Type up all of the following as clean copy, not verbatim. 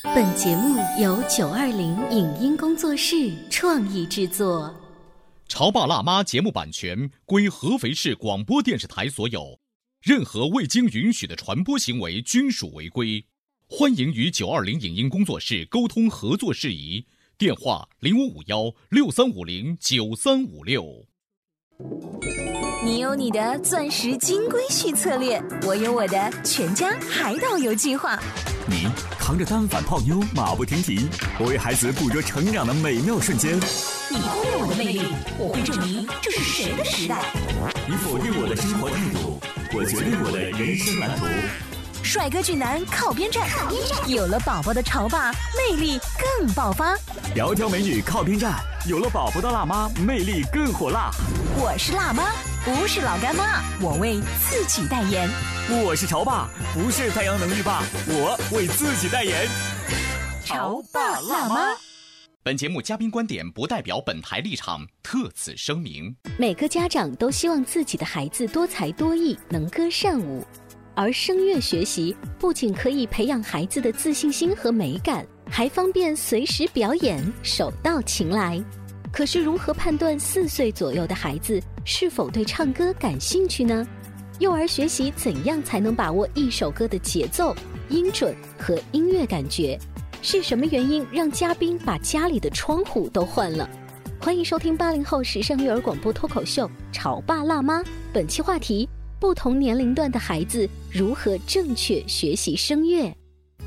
本节目由920影音工作室创意制作。 潮爸辣妈节目版权归合肥市广播电视台所有，任何未经允许的传播行为均属违规。欢迎与920影音工作室沟通合作事宜，电话055163509356。 你有你的钻石金龟婿策略，我有我的全家海岛游计划。 你扛着单反泡妞马不停蹄，我为孩子捕捉成长的美妙瞬间。 你忽略我的魅力，我会证明这是谁的时代。 你否定我的生活态度，我决定我的人生蓝图。 帅哥俊男靠边站，有了宝宝的潮爸魅力更爆发。 窈窕美女靠边站，有了宝宝的辣妈魅力更火辣。 我是辣妈，不是老干妈，我为自己代言。 我是潮爸，不是太阳能浴霸，我为自己代言。 潮爸辣妈。 本节目嘉宾观点不代表本台立场，特此声明。 每个家长都希望自己的孩子多才多艺，能歌善舞。而声乐学习不仅可以培养孩子的自信心和美感，还方便随时表演，手到擒来。可是如何判断4岁左右的孩子是否对唱歌感兴趣呢？幼儿学习怎样才能把握一首歌的节奏、音准和音乐感觉？是什么原因让嘉宾把家里的窗户都换了？欢迎收听80后时尚育儿广播脱口秀《潮爸辣妈》，本期话题：不同年龄段的孩子如何正确学习声乐。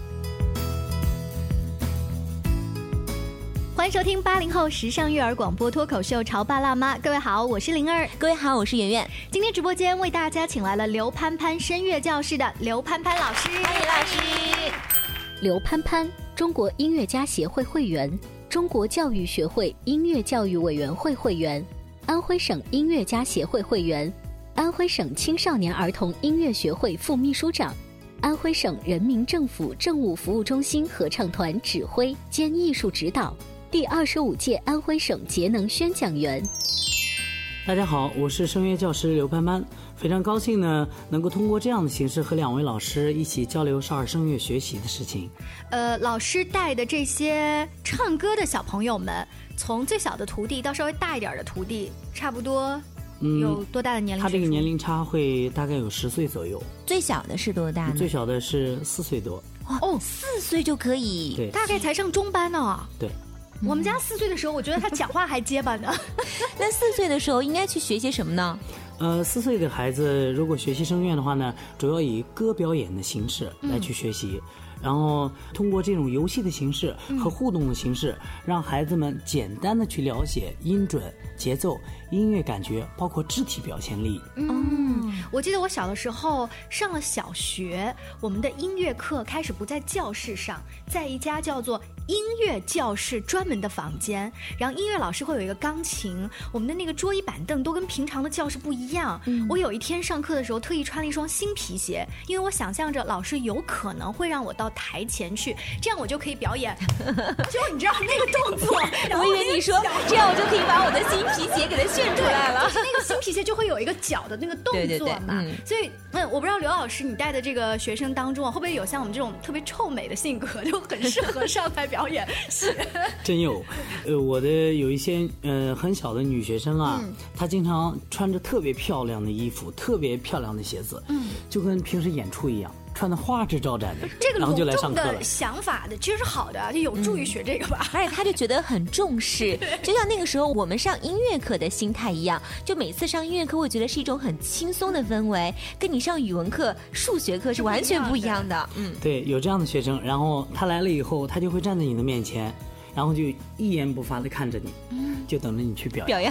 欢迎收听80后时尚育儿广播脱口秀《潮爸辣妈》，各位好，我是灵儿， 各位好，我是圆圆。 今天直播间为大家请来了刘潘潘声乐教室的刘潘潘老师， 欢迎老师。 刘潘潘，中国音乐家协会会员，中国教育学会音乐教育委员会会员，安徽省音乐家协会会员，安徽省青少年儿童音乐学会副秘书长，安徽省人民政府政务服务中心合唱团指挥兼艺术指导，第25届安徽省节能宣讲员。 大家好，我是声乐教师刘潘潘，非常高兴呢，能够通过这样的形式和2位老师一起交流少儿声乐学习的事情。 老师带的这些唱歌的小朋友们，从最小的徒弟到稍微大一点的徒弟，差不多有多大的年龄？ 他这个年龄差会大概有10岁左右。 最小的是多大呢？ 最小的是4岁多。 哦，4岁就可以？ 对， 大概才上中班呢。 对。 我们家4岁的时候，我觉得他讲话还结巴呢。 那4岁的时候应该去学些什么呢 ？4岁的孩子如果学习声乐的话呢，主要以歌表演的形式来去学习，然后通过这种游戏的形式和互动的形式，让孩子们简单的去了解音准、节奏、音乐感觉，包括肢体表现力。 我记得我小的时候上了小学，我们的音乐课开始不在教室上，在一家叫做音乐教室专门的房间，然后音乐老师会有一个钢琴，我们的那个桌椅板凳都跟平常的教室不一样。我有一天上课的时候特意穿了一双新皮鞋，因为我想象着老师有可能会让我到台前去，这样我就可以表演就你知道那个动作。 我以为你说这样我就可以把我的新皮鞋给它炫出来了， 就是那个新皮鞋就会有一个脚的那个动作嘛。所以我不知道刘老师你带的这个学生当中会不会有像我们这种特别臭美的性格，就很适合上台表演。 真有，我的有一些很小的女学生啊，她经常穿着特别漂亮的衣服，特别漂亮的鞋子，就跟平时演出一样，穿的花枝招展的， 这个然后就来上课了。 隆重的想法的其实是好的，就有助于学这个吧。 而且他就觉得很重视，就像那个时候我们上音乐课的心态一样，就每次上音乐课我觉得是一种很轻松的氛围，跟你上语文课、数学课是完全不一样的。 对，有这样的学生，然后他来了以后，他就会站在你的面前，然后就一言不发地看着你，就等着你去表演。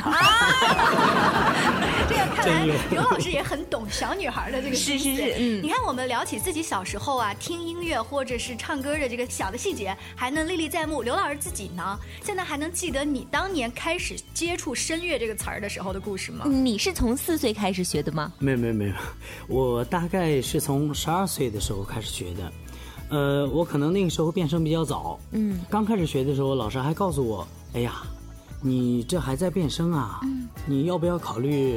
这个看来刘老师也很懂小女孩的这个心思。 是。 你看我们聊起自己小时候啊，听音乐或者是唱歌的这个小的细节，还能历历在目。刘老师自己呢，现在还能记得你当年开始接触声乐这个词儿的时候的故事吗？ 你是从4岁开始学的吗？ 没有，我大概是从12岁的时候开始学的。我可能那个时候变声比较早。刚开始学的时候，老师还告诉我，哎呀，你这还在变声啊，你要不要考虑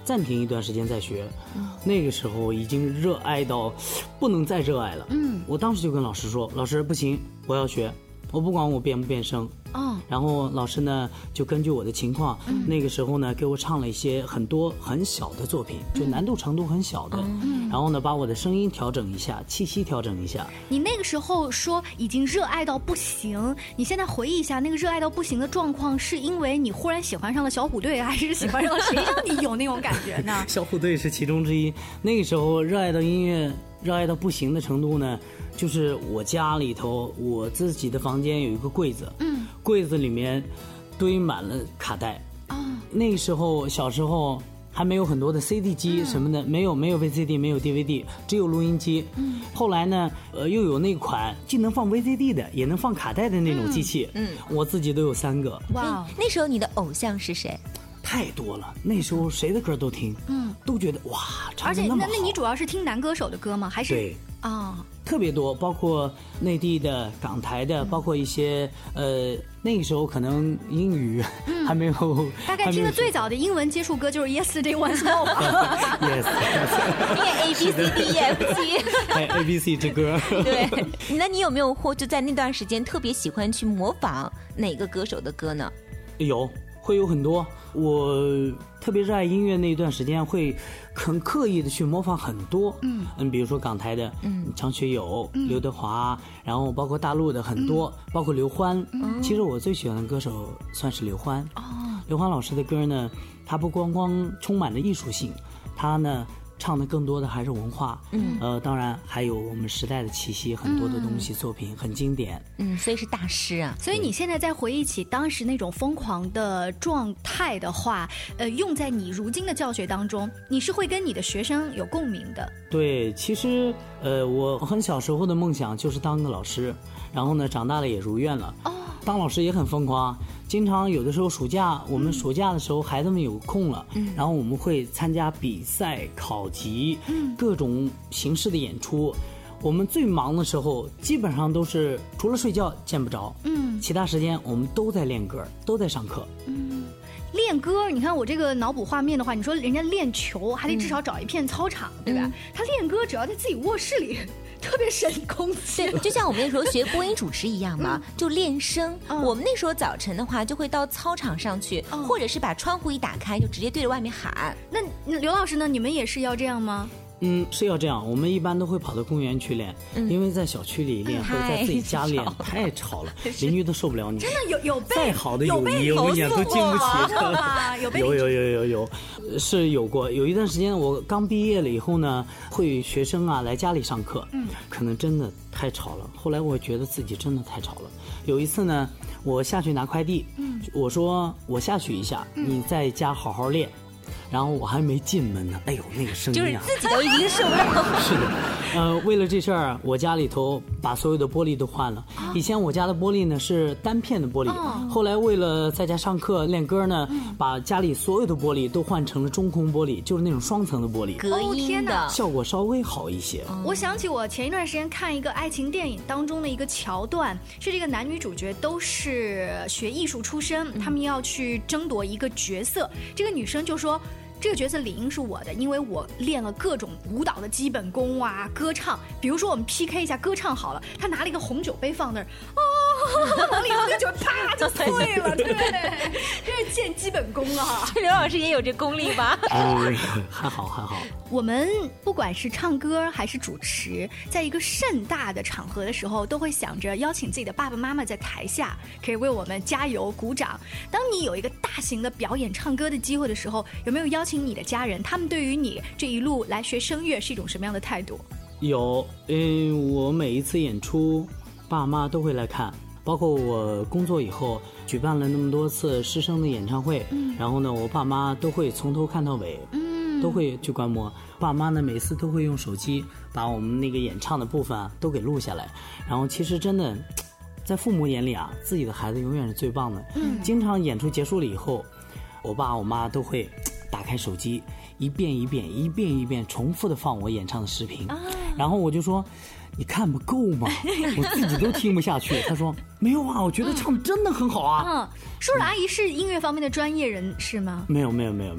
暂停一段时间再学。那个时候已经热爱到不能再热爱了。我当时就跟老师说，老师不行，我要学，我不管我变不变声。然后老师呢就根据我的情况，那个时候呢给我唱了一些很多很小的作品，就难度程度很小的，然后呢把我的声音调整一下，气息调整一下。 你那个时候说已经热爱到不行，你现在回忆一下那个热爱到不行的状况，是因为你忽然喜欢上了小虎队，还是喜欢上了谁让你有那种感觉呢？ 小虎队是其中之一。那个时候热爱到音乐热爱到不行的程度呢，就是我家里头我自己的房间有一个柜子，柜子里面堆满了卡带。那个时候小时候还没有很多的 CD 机什么的，没有 VCD， 没有 DVD， 只有录音机。后来呢，又有那款既能放 VCD 的，也能放卡带的那种机器。我自己都有3个。 哇，那时候你的偶像是谁？ 太多了，那时候谁的歌都听，都觉得哇，唱得那么好。 而且那你主要是听男歌手的歌吗？还是对特别多，包括内地的、港台的，包括一些那个时候可能英语还没有。 大概听的最早的英文接触歌就是 Yesterday Once More 吧。 Yes， 因为 A B C D E F G， 还 A B C 之歌。 对，那你有没有就在那段时间特别喜欢去模仿哪个歌手的歌呢？ 会有很多。我特别热爱音乐那一段时间，会很刻意的去模仿很多。比如说港台的，张学友、刘德华，然后包括大陆的很多，包括刘欢。其实我最喜欢的歌手算是刘欢。刘欢老师的歌呢，他不光充满了艺术性，他呢唱的更多的还是文化。当然还有我们时代的气息，很多的东西作品很经典。 所以是大师啊。 所以你现在在回忆起当时那种疯狂的状态的话，用在你如今的教学当中，你是会跟你的学生有共鸣的。 对，其实我很小时候的梦想就是当个老师，然后呢长大了也如愿了。当老师也很疯狂，经常有的时候我们暑假的时候孩子们有空了，然后我们会参加比赛、考级，各种形式的演出。我们最忙的时候基本上都是除了睡觉见不着，其他时间我们都在练歌，都在上课。 练歌，你看我这个脑补画面的话，你说人家练球还得至少找一片操场，对吧？他练歌只要在自己卧室里，特别省空气。 对，就像我们那时候学播音主持一样嘛，就练声。我们那时候早晨的话，就会到操场上去，或者是把窗户一打开，就直接对着外面喊。 那刘老师呢？你们也是要这样吗？ 是要这样。我们一般都会跑到公园去练，因为在小区里练或者在自己家练太吵了，邻居都受不了你。 真的有被再好的友谊，我们也都经不起。有，是有过。有一段时间我刚毕业了以后呢，会学生啊来家里上课，可能真的太吵了。后来我觉得自己真的太吵了。有一次呢，我下去拿快递，我说我下去一下，你在家好好练。然后我还没进门呢，哎呦，那个声音啊， 就是自己都已经受不了。 是的，为了这事儿，我家里头把所有的玻璃都换了。以前我家的玻璃呢是单片的玻璃，后来为了在家上课练歌呢，把家里所有的玻璃都换成了中空玻璃，就是那种双层的玻璃， 隔音的， 效果稍微好一些。 我想起我前一段时间看一个爱情电影当中的一个桥段，是这个男女主角都是学艺术出身，他们要去争夺一个角色，这个女生就说，这个角色理应是我的，因为我练了各种舞蹈的基本功啊，歌唱。比如说我们 PK 一下歌唱好了，他拿了一个红酒杯放那儿，往里头那酒啪就碎了，对，这是见基本功啊。 刘老师也有这功力吧？ 还好。 我们不管是唱歌还是主持，在一个盛大的场合的时候，都会想着邀请自己的爸爸妈妈在台下，可以为我们加油鼓掌。当你有一个大型的表演唱歌的机会的时候，有没有邀请你的家人？他们对于你这一路来学声乐是一种什么样的态度？ 有，我每一次演出，爸妈都会来看。包括我工作以后举办了那么多次师生的演唱会，然后呢，我爸妈都会从头看到尾，都会去观摩。爸妈呢，每次都会用手机把我们那个演唱的部分啊都给录下来。然后其实真的，在父母眼里啊，自己的孩子永远是最棒的。经常演出结束了以后，我爸我妈都会打开手机，一遍一遍重复的放我演唱的视频，然后我就说，你看不够吗？我自己都听不下去。他说没有啊，我觉得唱真的很好啊。 叔叔阿姨是音乐方面的专业人士吗？ 没有，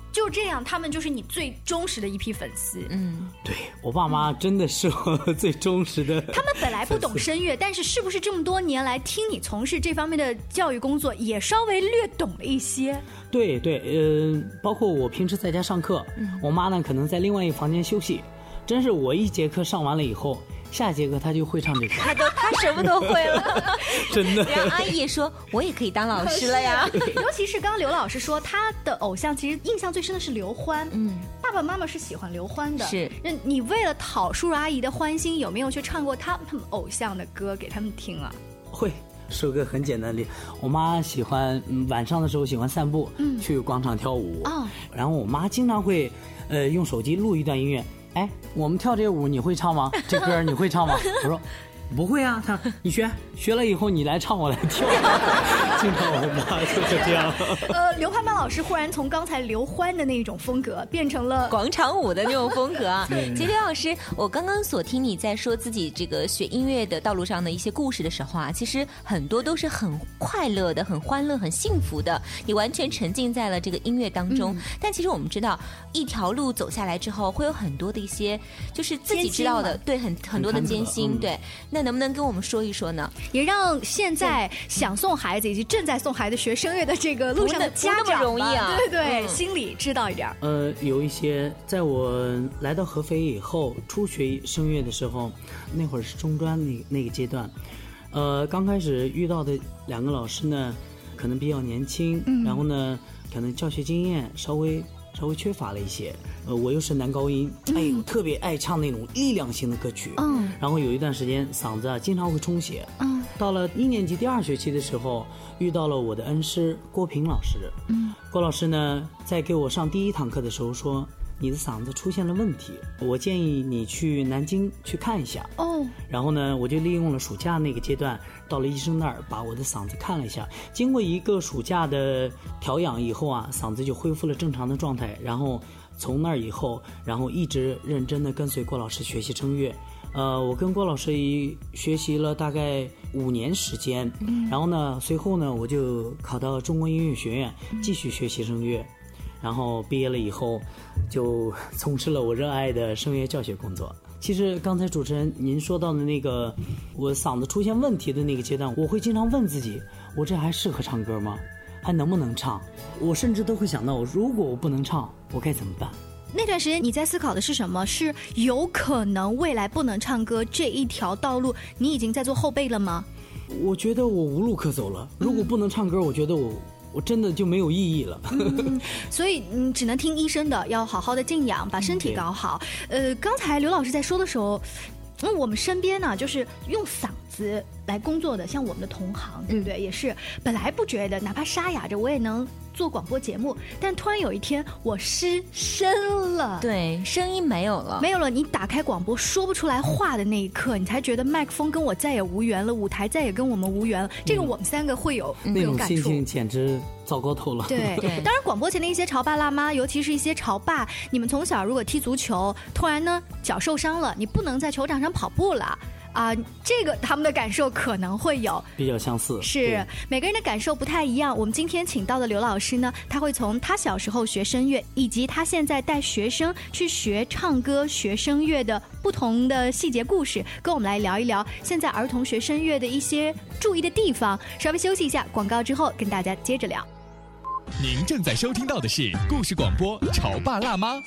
就这样，他们就是你最忠实的一批粉丝。 对，我爸妈真的是我最忠实的。 他们本来不懂声乐，但是是不是这么多年来听你从事这方面的教育工作，也稍微略懂了一些？ 对对，包括我平时在家上课，我妈呢可能在另外一个房间休息，真是我一节课上完了以后，下节课她就会唱这歌。 他什么都会了， 真的。 然后阿姨也说，我也可以当老师了呀。 尤其是刚刚刘老师说，他的偶像其实印象最深的是刘欢。爸爸妈妈是喜欢刘欢的。 是。 那你为了讨叔叔阿姨的欢心，有没有去唱过他们偶像的歌给他们听啊？ 会。说个很简单的，我妈喜欢晚上的时候喜欢散步，去广场跳舞。然后我妈经常会用手机录一段音乐。哎，我们跳这个舞你会唱吗？这歌你会唱吗？我说不会啊。他说你学了以后你来唱我来跳。经常我妈就是这样。 刘盼盼老师忽然从刚才刘欢的那种风格变成了广场舞的那种风格啊。其实刘老师，我刚刚所听你在说自己这个学音乐的道路上的一些故事的时候啊，其实很多都是很快乐的、很欢乐、很幸福的，你完全沉浸在了这个音乐当中。但其实我们知道，一条路走下来之后，会有很多的一些就是自己知道的，对，很多的艰辛。对，那能不能跟我们说一说呢？ 也让现在想送孩子以及正在送孩子学声乐的这个路上的家长不那么容易啊， 对，心里知道一点。 有一些在我来到合肥以后，初学声乐的时候，那会儿是中专那个阶段，刚开始遇到的2个老师呢，可能比较年轻，然后呢，可能教学经验稍微缺乏了一些。我又是男高音，特别爱唱那种力量型的歌曲。然后有一段时间嗓子啊经常会充血。到了1年级第2学期的时候，遇到了我的恩师郭平老师。郭老师呢，在给我上第1堂课的时候说，你的嗓子出现了问题，我建议你去南京去看一下。然后呢，我就利用了暑假那个阶段，到了医生那儿把我的嗓子看了一下。经过1个暑假的调养以后啊，嗓子就恢复了正常的状态。然后从那儿以后，然后一直认真的跟随郭老师学习声乐。我跟郭老师学习了大概5年时间。然后呢，随后呢，我就考到中国音乐学院继续学习声乐。然后毕业了以后，就从事了我热爱的声乐教学工作。其实刚才主持人您说到的那个我嗓子出现问题的那个阶段，我会经常问自己，我这还适合唱歌吗？还能不能唱？我甚至都会想到，如果我不能唱，我该怎么办？ 那段时间你在思考的是什么？是有可能未来不能唱歌这一条道路，你已经在做后备了吗？ 我觉得我无路可走了。如果不能唱歌，我觉得我真的就没有意义了。 所以你只能听医生的，要好好的静养，把身体搞好。刚才刘老师在说的时候，我们身边呢，就是用嗓子来工作的，像我们的同行，对不对？也是本来不觉得，哪怕沙哑着我也能做广播节目，但突然有一天我失声了， 对，声音没有了， 你打开广播说不出来话的那一刻，你才觉得麦克风跟我再也无缘了，舞台再也跟我们无缘了。这个我们3个会有那种感触， 心情简直糟糕透了。 对，当然广播前的一些潮爸辣妈，尤其是一些潮爸，你们从小如果踢足球，突然呢脚受伤了，你不能在球场上跑步了。这个他们的感受可能会有比较相似， 是每个人的感受不太一样。我们今天请到的刘老师呢，他会从他小时候学声乐，以及他现在带学生去学唱歌、学声乐的不同的细节故事，跟我们来聊一聊现在儿童学声乐的一些注意的地方。稍微休息一下，广告之后跟大家接着聊。 您正在收听到的是故事广播《潮爸辣妈》。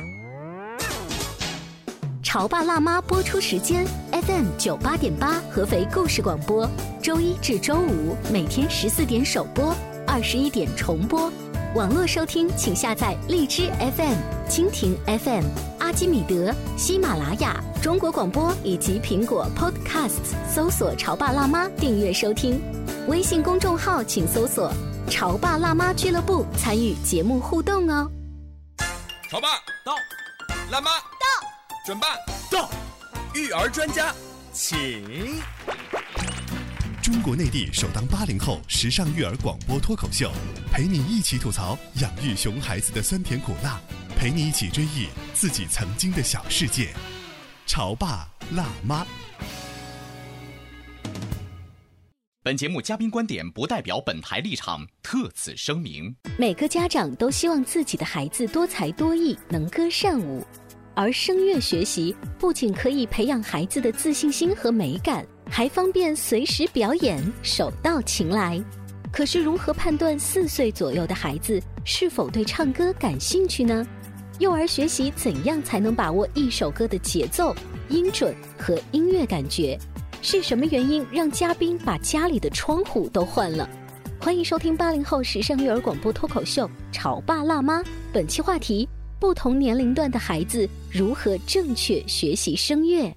潮爸辣妈播出时间 FM 98.8合肥故事广播，周1至周5每天14点首播，21点重播。网络收听请下载荔枝 FM、蜻蜓 FM、阿基米德、喜马拉雅、中国广播以及苹果 Podcasts， 搜索潮爸辣妈订阅收听。微信公众号请搜索潮爸辣妈俱乐部，参与节目互动哦。 潮爸到，辣妈到，准爸到，育儿专家请。 中国内地首档80后时尚育儿广播脱口秀，陪你一起吐槽养育熊孩子的酸甜苦辣，陪你一起追忆自己曾经的小世界。潮爸辣妈。 本节目嘉宾观点不代表本台立场，特此声明。 每个家长都希望自己的孩子多才多艺，能歌善舞，而声乐学习不仅可以培养孩子的自信心和美感，还方便随时表演，手到擒来。可是如何判断4岁左右的孩子是否对唱歌感兴趣呢？幼儿学习怎样才能把握一首歌的节奏、音准和音乐感觉？是什么原因让嘉宾把家里的窗户都换了？欢迎收听80后时尚育儿广播脱口秀《潮爸辣妈》，本期话题：不同年龄段的孩子如何正确学习声乐。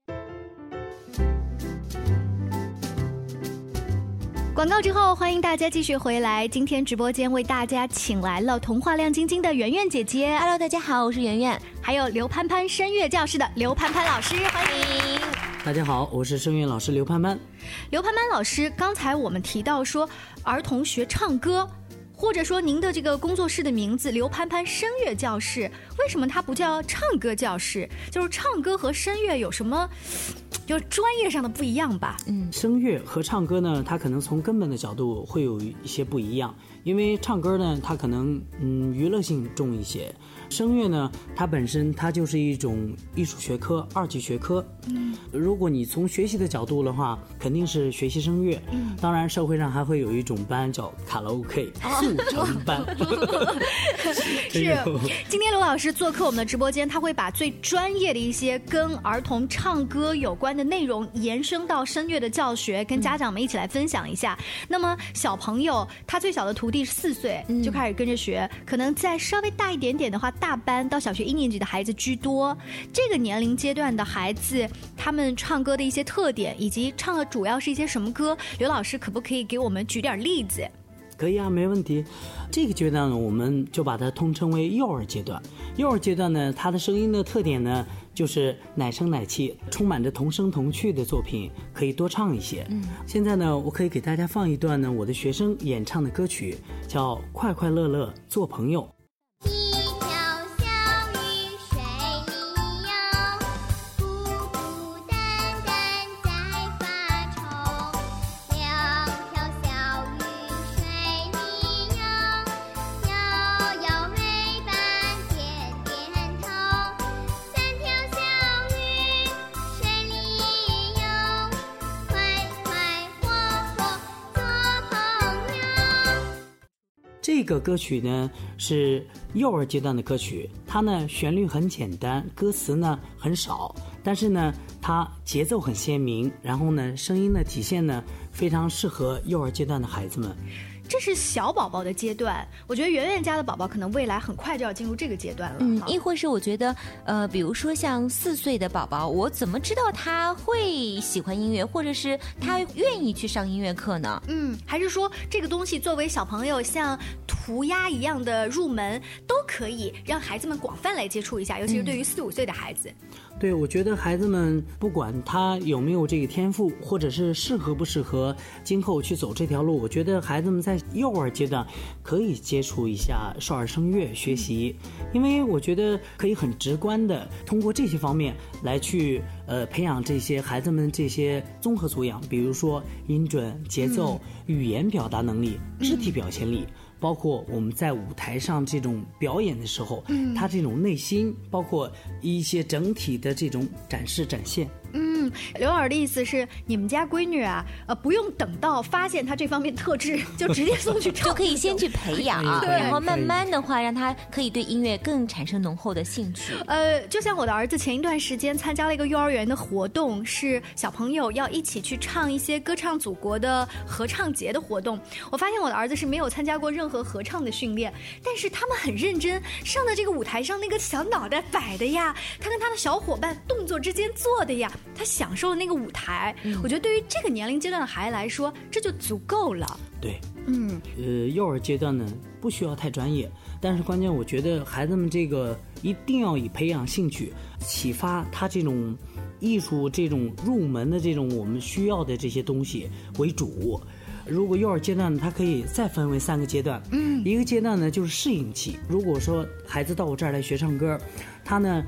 广告之后，欢迎大家继续回来。今天直播间为大家请来了童话亮晶晶的圆圆姐姐。 Hello， 大家好，我是圆圆。 还有刘潘潘声乐教室的刘潘潘老师，欢迎。 大家好，我是声乐老师刘潘潘。 刘潘潘老师，刚才我们提到说儿童学唱歌，或者说您的这个工作室的名字刘潘潘声乐教室，为什么它不叫唱歌教室？就是唱歌和声乐有什么就是专业上的不一样吧？ 声乐和唱歌呢，它可能从根本的角度会有一些不一样。因为唱歌呢，它可能娱乐性重一些，声乐呢，它本身它就是一种艺术学科，2级学科。如果你从学习的角度的话，肯定是学习声乐。当然，社会上还会有一种班叫卡拉 OK 速成班。 是，今天刘老师做客我们的直播间，他会把最专业的一些跟儿童唱歌有关的内容延伸到声乐的教学，跟家长们一起来分享一下。那么小朋友，他最小的徒弟是4岁就开始跟着学，可能再稍微大一点点的话，大班到小学1年级的孩子居多。这个年龄阶段的孩子，他们唱歌的一些特点，以及唱的主要是一些什么歌，刘老师可不可以给我们举点例子？ 可以啊，没问题。这个阶段呢，我们就把它通称为幼儿阶段。幼儿阶段呢，它的声音的特点呢，就是奶声奶气，充满着童声童趣的作品，可以多唱一些。现在呢，我可以给大家放一段呢我的学生演唱的歌曲，叫《快快乐乐做朋友》。这个歌曲呢是幼儿阶段的歌曲，它呢旋律很简单，歌词呢很少，但是呢它节奏很鲜明，然后呢声音的体现呢非常适合幼儿阶段的孩子们。 这是小宝宝的阶段，我觉得圆圆家的宝宝可能未来很快就要进入这个阶段了。 亦或是我觉得，比如说像4岁的宝宝，我怎么知道他会喜欢音乐，或者是他愿意去上音乐课呢？ 还是说这个东西作为小朋友像涂鸦一样的入门，都可以让孩子们广泛来接触一下，尤其是对于4、5岁的孩子。 对，我觉得孩子们不管他有没有这个天赋，或者是适合不适合今后去走这条路，我觉得孩子们在幼儿阶段可以接触一下少儿声乐学习，因为我觉得可以很直观的通过这些方面来去培养这些孩子们这些综合素养，比如说音准、节奏、语言表达能力、肢体表现力，包括我们在舞台上这种表演的时候，他这种内心，包括一些整体的这种展示展现。 刘老师的意思是，你们家闺女啊，不用等到发现她这方面特质，就直接送去唱， 就可以先去培养，然后慢慢的话，让她可以对音乐更产生浓厚的兴趣。 就像我的儿子前一段时间参加了一个幼儿园的活动，是小朋友要一起去唱一些歌唱祖国的合唱节的活动。我发现我的儿子是没有参加过任何合唱的训练，但是他们很认真，上的这个舞台上那个小脑袋摆的呀，他跟他的小伙伴动作之间做的呀，他享受的那个舞台，我觉得对于这个年龄阶段的孩子来说，这就足够了。 对，幼儿阶段呢不需要太专业，但是关键我觉得孩子们这个一定要以培养兴趣、启发他这种艺术这种入门的这种我们需要的这些东西为主。如果幼儿阶段它可以再分为3个阶段，一个阶段呢就是适应期。如果说孩子到我这儿来学唱歌，他呢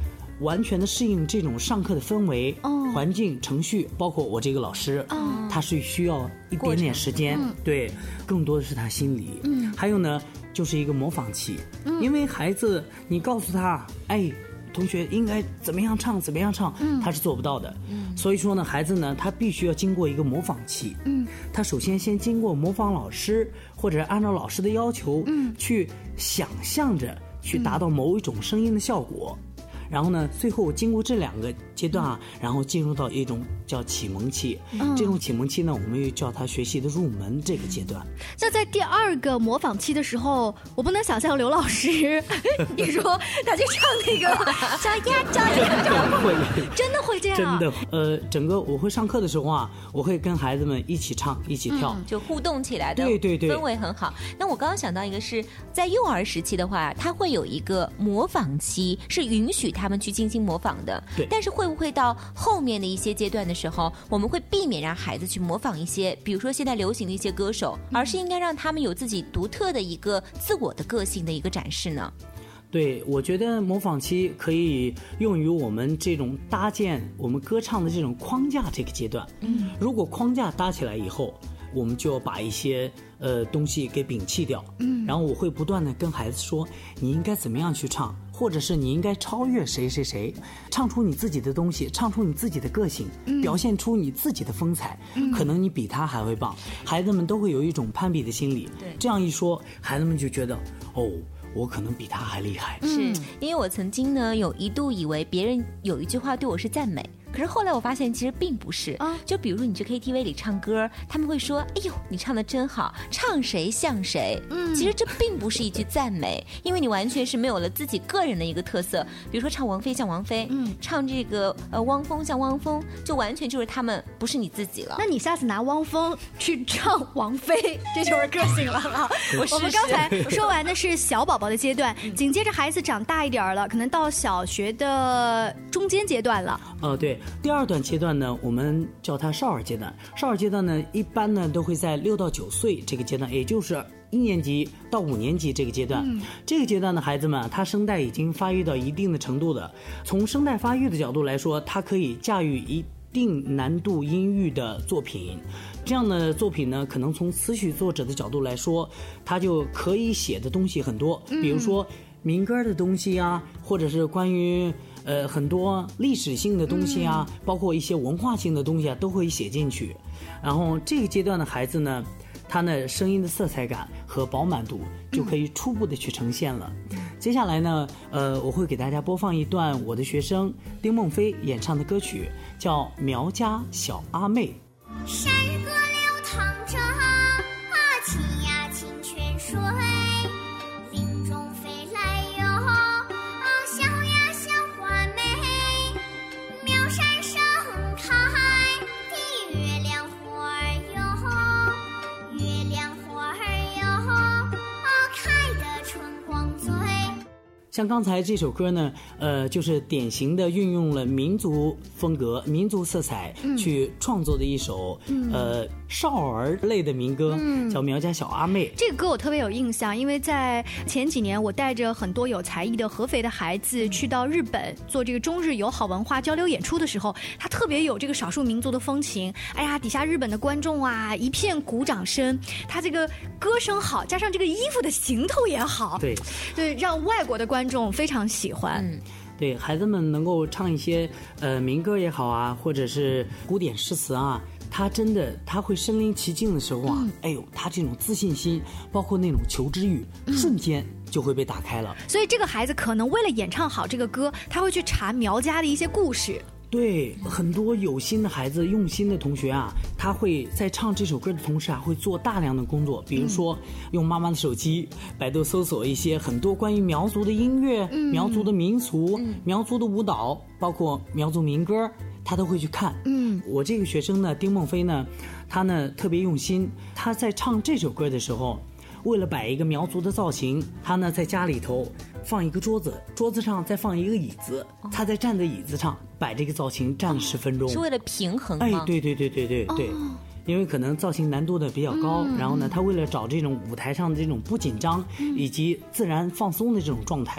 完全的适应这种上课的氛围、环境、程序，包括我这个老师，他是需要一点点时间，对，更多的是他心理。还有呢，就是一个模仿期，因为孩子你告诉他，哎，同学应该怎么样唱，怎么样唱，他是做不到的。所以说呢，孩子呢，他必须要经过一个模仿期。他首先经过模仿老师，或者按照老师的要求，去想象着去达到某一种声音的效果。然后呢，最后经过这2个阶段啊，然后进入到一种叫启蒙期。这种启蒙期呢，我们又叫它学习的入门这个阶段。 那在第2个模仿期的时候，我不能想象刘老师，你说他去唱那个小鸭找真的会这样？ 真的，整个我会上课的时候啊，我会跟孩子们一起唱，一起跳， 就互动起来的， 对， 氛围很好。那我刚刚想到一个是在幼儿时期的话，他会有一个模仿期，是允许他们去进行模仿的。 对， 但是会不会到后面的一些阶段的时候，我们会避免让孩子去模仿一些，比如说现在流行的一些歌手，而是应该让他们有自己独特的一个自我的个性的一个展示呢？ 对，我觉得模仿期可以用于我们这种搭建我们歌唱的这种框架这个阶段。如果框架搭起来以后，我们就要把一些东西给摒弃掉。然后我会不断的跟孩子说，你应该怎么样去唱，或者是你应该超越谁谁谁，唱出你自己的东西，唱出你自己的个性，表现出你自己的风采，可能你比他还会棒。孩子们都会有一种攀比的心理。 对， 这样一说，孩子们就觉得哦，我可能比他还厉害。 是因为我曾经呢有一度以为别人有一句话对我是赞美，可是后来我发现其实并不是。就比如说你去 KTV 里唱歌，他们会说，哎呦你唱得真好，唱谁像谁。其实这并不是一句赞美，因为你完全是没有了自己个人的一个特色。比如说唱王菲像王菲，唱这个汪峰像汪峰，就完全就是他们，不是你自己了。 那你下次拿汪峰去唱王菲，这就是个性了啊！我们刚才说完的是小宝宝的阶段，紧接着孩子长大一点了，可能到小学的中间阶段了。 对，第2段阶段呢，我们叫它少儿阶段。少儿阶段呢，一般呢都会在6到9岁这个阶段，也就是1年级到5年级这个阶段。这个阶段的孩子们，他声带已经发育到一定的程度的。从声带发育的角度来说，他可以驾驭一定难度音域的作品。这样的作品呢，可能从词曲作者的角度来说，他就可以写的东西很多，比如说民歌的东西啊，或者是关于很多历史性的东西啊，包括一些文化性的东西啊，都会写进去。然后这个阶段的孩子呢，他呢声音的色彩感和饱满度就可以初步的去呈现了。接下来呢，我会给大家播放一段我的学生丁梦飞演唱的歌曲，叫《苗家小阿妹》。 山河流淌着清呀清泉水，林中飞来哟小呀小花妹，苗山盛开的月亮花儿哟，月亮花儿哟开得春光醉。 像刚才这首歌呢，就是典型的运用了民族风格、民族色彩去创作的一首少儿类的民歌，叫《苗家小阿妹》。 这个歌我特别有印象，因为在前几年，我带着很多有才艺的合肥的孩子去到日本做这个中日友好文化交流演出的时候，他特别有这个少数民族的风情。哎呀，底下日本的观众啊，一片鼓掌声，他这个歌声好，加上这个衣服的行头也好，对，让外国的观众非常喜欢。 对，孩子们能够唱一些民歌也好啊，或者是古典诗词啊，他真的他会身临其境的时候啊，哎呦，他这种自信心，包括那种求知欲，瞬间就会被打开了。 所以这个孩子可能为了演唱好这个歌，他会去查苗家的一些故事。 对，很多有心的孩子、用心的同学啊，他会在唱这首歌的同时啊，会做大量的工作，比如说用妈妈的手机百度搜索一些很多关于苗族的音乐、苗族的民俗、苗族的舞蹈，包括苗族民歌，他都会去看。我这个学生呢，丁梦飞呢，他呢特别用心，他在唱这首歌的时候，为了摆一个苗族的造型，他呢在家里头放一个桌子，桌子上再放一个椅子，他在站在椅子上摆这个造型，站了10分钟， 是为了平衡吗？ 哎，对，因为可能造型难度的比较高，然后呢，他为了找这种舞台上的这种不紧张以及自然放松的这种状态，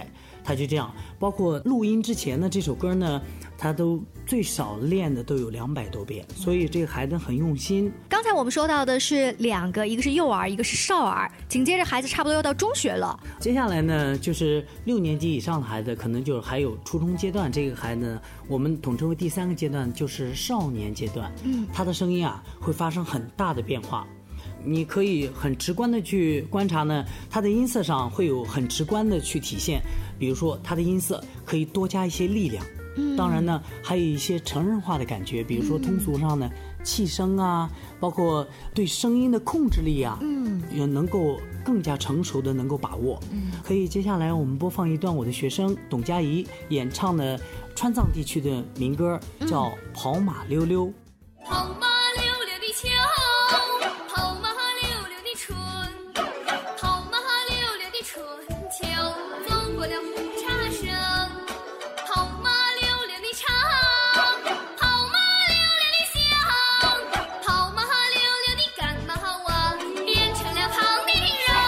他就这样。包括录音之前呢，这首歌呢，他都最少练的都有200多遍，所以这个孩子很用心。 刚才我们说到的是2个，一个是幼儿，一个是少儿，紧接着孩子差不多要到中学了。 接下来呢，就是6年级以上的孩子，可能就还有初中阶段。这个孩子呢，我们统称为第3个阶段，就是少年阶段。他的声音啊会发生很大的变化。你可以很直观的去观察呢，它的音色上会有很直观的去体现，比如说它的音色可以多加一些力量，当然呢还有一些成人化的感觉，比如说通俗上呢气声啊，包括对声音的控制力啊，也能够更加成熟的能够把握。可以接下来我们播放一段我的学生董佳怡演唱的川藏地区的民歌，叫《跑马溜溜》。 跑马溜溜的秋，跑马溜溜的春，跑马溜溜的春秋，走过了胡茶生，跑马溜溜的长，跑马溜溜的香，跑马溜溜的干马王，变成了胖的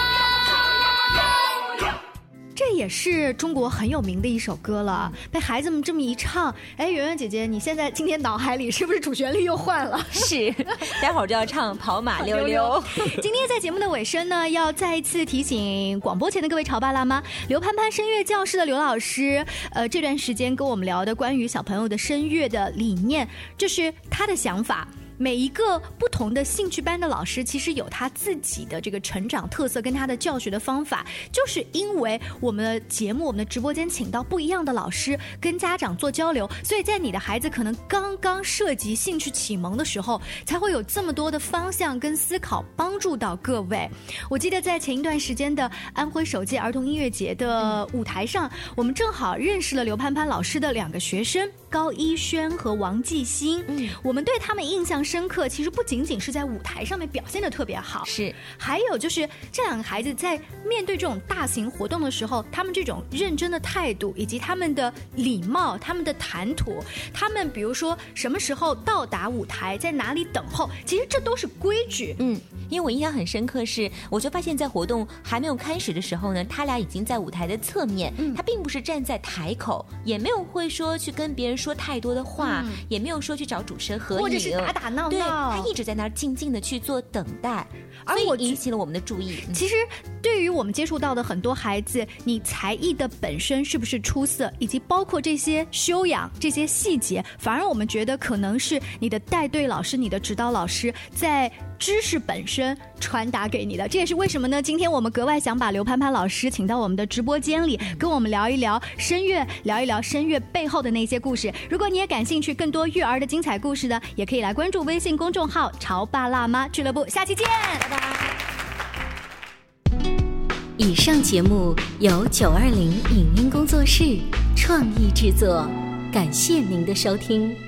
人。 这也是中国很有名的一首歌了，被孩子们这么一唱，哎，圆圆姐姐，你现在今天脑海里是不是主旋律又换了？ 是，待会儿就要唱跑马溜溜。 今天在节目的尾声呢，要再一次提醒广播前的各位潮爸辣妈，刘潘潘声乐教室的刘老师，这段时间跟我们聊的关于小朋友的声乐的理念，就是他的想法。每一个不同的兴趣班的老师其实有他自己的这个成长特色跟他的教学的方法，就是因为我们的节目我们的直播间请到不一样的老师跟家长做交流，所以在你的孩子可能刚刚涉及兴趣启蒙的时候，才会有这么多的方向跟思考帮助到各位。我记得在前一段时间的安徽首届儿童音乐节的舞台上，我们正好认识了刘潘潘老师的2个学生高一轩和王继新。我们对他们印象深刻，其实不仅仅是在舞台上面表现得特别好， 是还有就是这2个孩子在面对这种大型活动的时候，他们这种认真的态度，以及他们的礼貌，他们的谈吐，他们比如说什么时候到达舞台，在哪里等候，其实这都是规矩。 因为我印象很深刻是，我就发现在活动还没有开始的时候呢，他俩已经在舞台的侧面，他并不是站在台口，也没有会说去跟别人说太多的话，也没有说去找主持人合影， 或者是打打闹闹， 对，他一直在那儿静静的去做等待，而我引起了我们的注意。 其实对于我们接触到的很多孩子，你才艺的本身是不是出色，以及包括这些修养这些细节，反而我们觉得可能是你的带队老师，你的指导老师在知识本身传达给你的。这也是为什么呢，今天我们格外想把刘潘潘老师请到我们的直播间里，跟我们聊一聊声乐，聊一聊声乐背后的那些故事。如果你也感兴趣更多育儿的精彩故事呢，也可以来关注微信公众号潮爸辣妈俱乐部。下期见，拜拜。 以上节目由920影音工作室创意制作，感谢您的收听。